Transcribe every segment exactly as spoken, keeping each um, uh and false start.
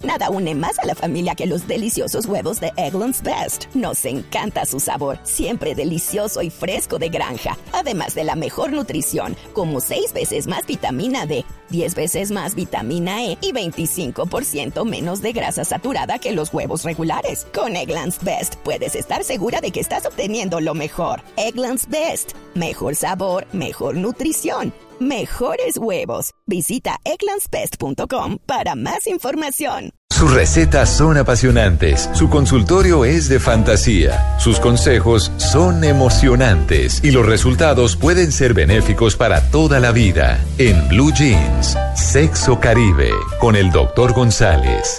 Nada une más a la familia que los deliciosos huevos de Eggland's Best. Nos encanta su sabor, siempre delicioso y fresco de granja. Además de la mejor nutrición, como seis veces más vitamina D, diez veces más vitamina E y veinticinco por ciento menos de grasa saturada que los huevos regulares. Con Eggland's Best puedes estar segura de que estás obteniendo lo mejor. Eggland's Best. Mejor sabor, mejor nutrición, mejores huevos. Visita egglands best punto com para más información. Sus recetas son apasionantes, su consultorio es de fantasía, sus consejos son emocionantes y los resultados pueden ser benéficos para toda la vida. En Blue Jeans, Sexo Caribe, con el doctor González.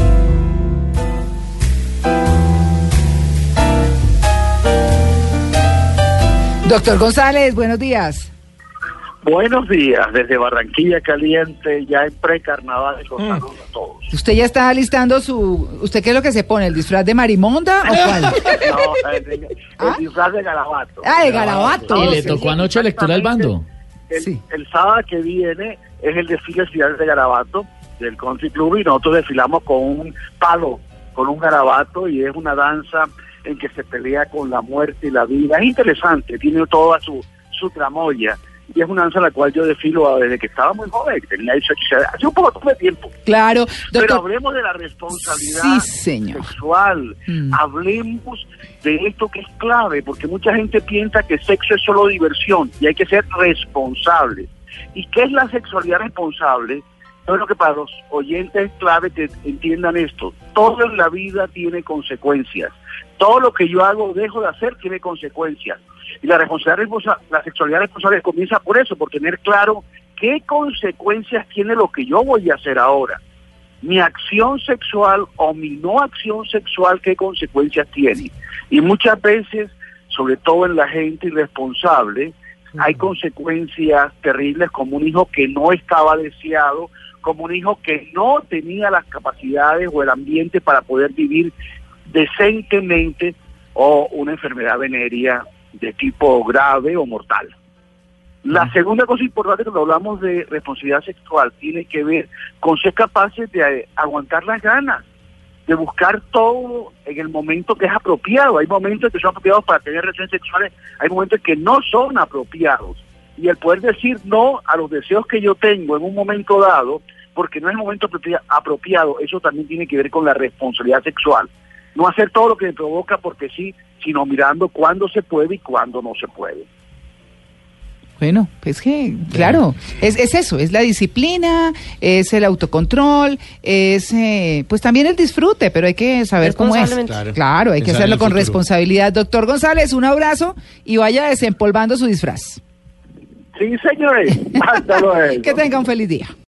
Doctor González, buenos días. Buenos días, desde Barranquilla Caliente, ya en precarnaval, los Mm. saludos a todos. ¿Usted ya está alistando su... ¿Usted qué es lo que se pone? ¿El disfraz de marimonda o cuál? No, el, el ¿Ah? disfraz de garabato. Ah, de garabato. Y Oh, le sí. tocó anoche lectura al bando. El, Sí. el sábado que viene es el desfile final de garabato del Country Club y nosotros desfilamos con un palo, con un garabato, y es una danza en que se pelea con la muerte y la vida. Es interesante, tiene toda su, su tramoya. Y es una danza en la cual yo desfilo desde que estaba muy joven, que tenía dieciocho años, hace un poco de tiempo. Claro, Pero doctor. hablemos de la responsabilidad Sí, señor. sexual, Mm. hablemos de esto que es clave, porque mucha gente piensa que sexo es solo diversión y hay que ser responsable. ¿Y qué es la sexualidad responsable? Yo creo que para los oyentes es clave que entiendan esto. Todo en la vida tiene consecuencias. Todo lo que yo hago o dejo de hacer tiene consecuencias. Y la responsabilidad, la sexualidad responsable comienza por eso, por tener claro qué consecuencias tiene lo que yo voy a hacer ahora. Mi acción sexual o mi no acción sexual, qué consecuencias tiene. Y muchas veces, sobre todo en la gente irresponsable, hay consecuencias terribles, como un hijo que no estaba deseado, como un hijo que no tenía las capacidades o el ambiente para poder vivir decentemente, o una enfermedad venérea de tipo grave o mortal. La segunda cosa importante cuando hablamos de responsabilidad sexual tiene que ver con ser capaces de eh, aguantar las ganas, de buscar todo en el momento que es apropiado. Hay momentos que son apropiados para tener relaciones sexuales, hay momentos que no son apropiados. Y el poder decir no a los deseos que yo tengo en un momento dado, porque no es el momento apropia- apropiado, eso también tiene que ver con la responsabilidad sexual. No hacer todo lo que me provoca porque sí, sino mirando cuándo se puede y cuándo no se puede. Bueno, pues que, claro, es, es eso, es la disciplina, es el autocontrol, es eh, pues también el disfrute, pero hay que saber cómo es. Claro. Claro, hay que Pensar en hacerlo el con futuro. responsabilidad. Doctor González, un abrazo y vaya desempolvando su disfraz. Sí, señores. Hasta luego. Que tenga un feliz día.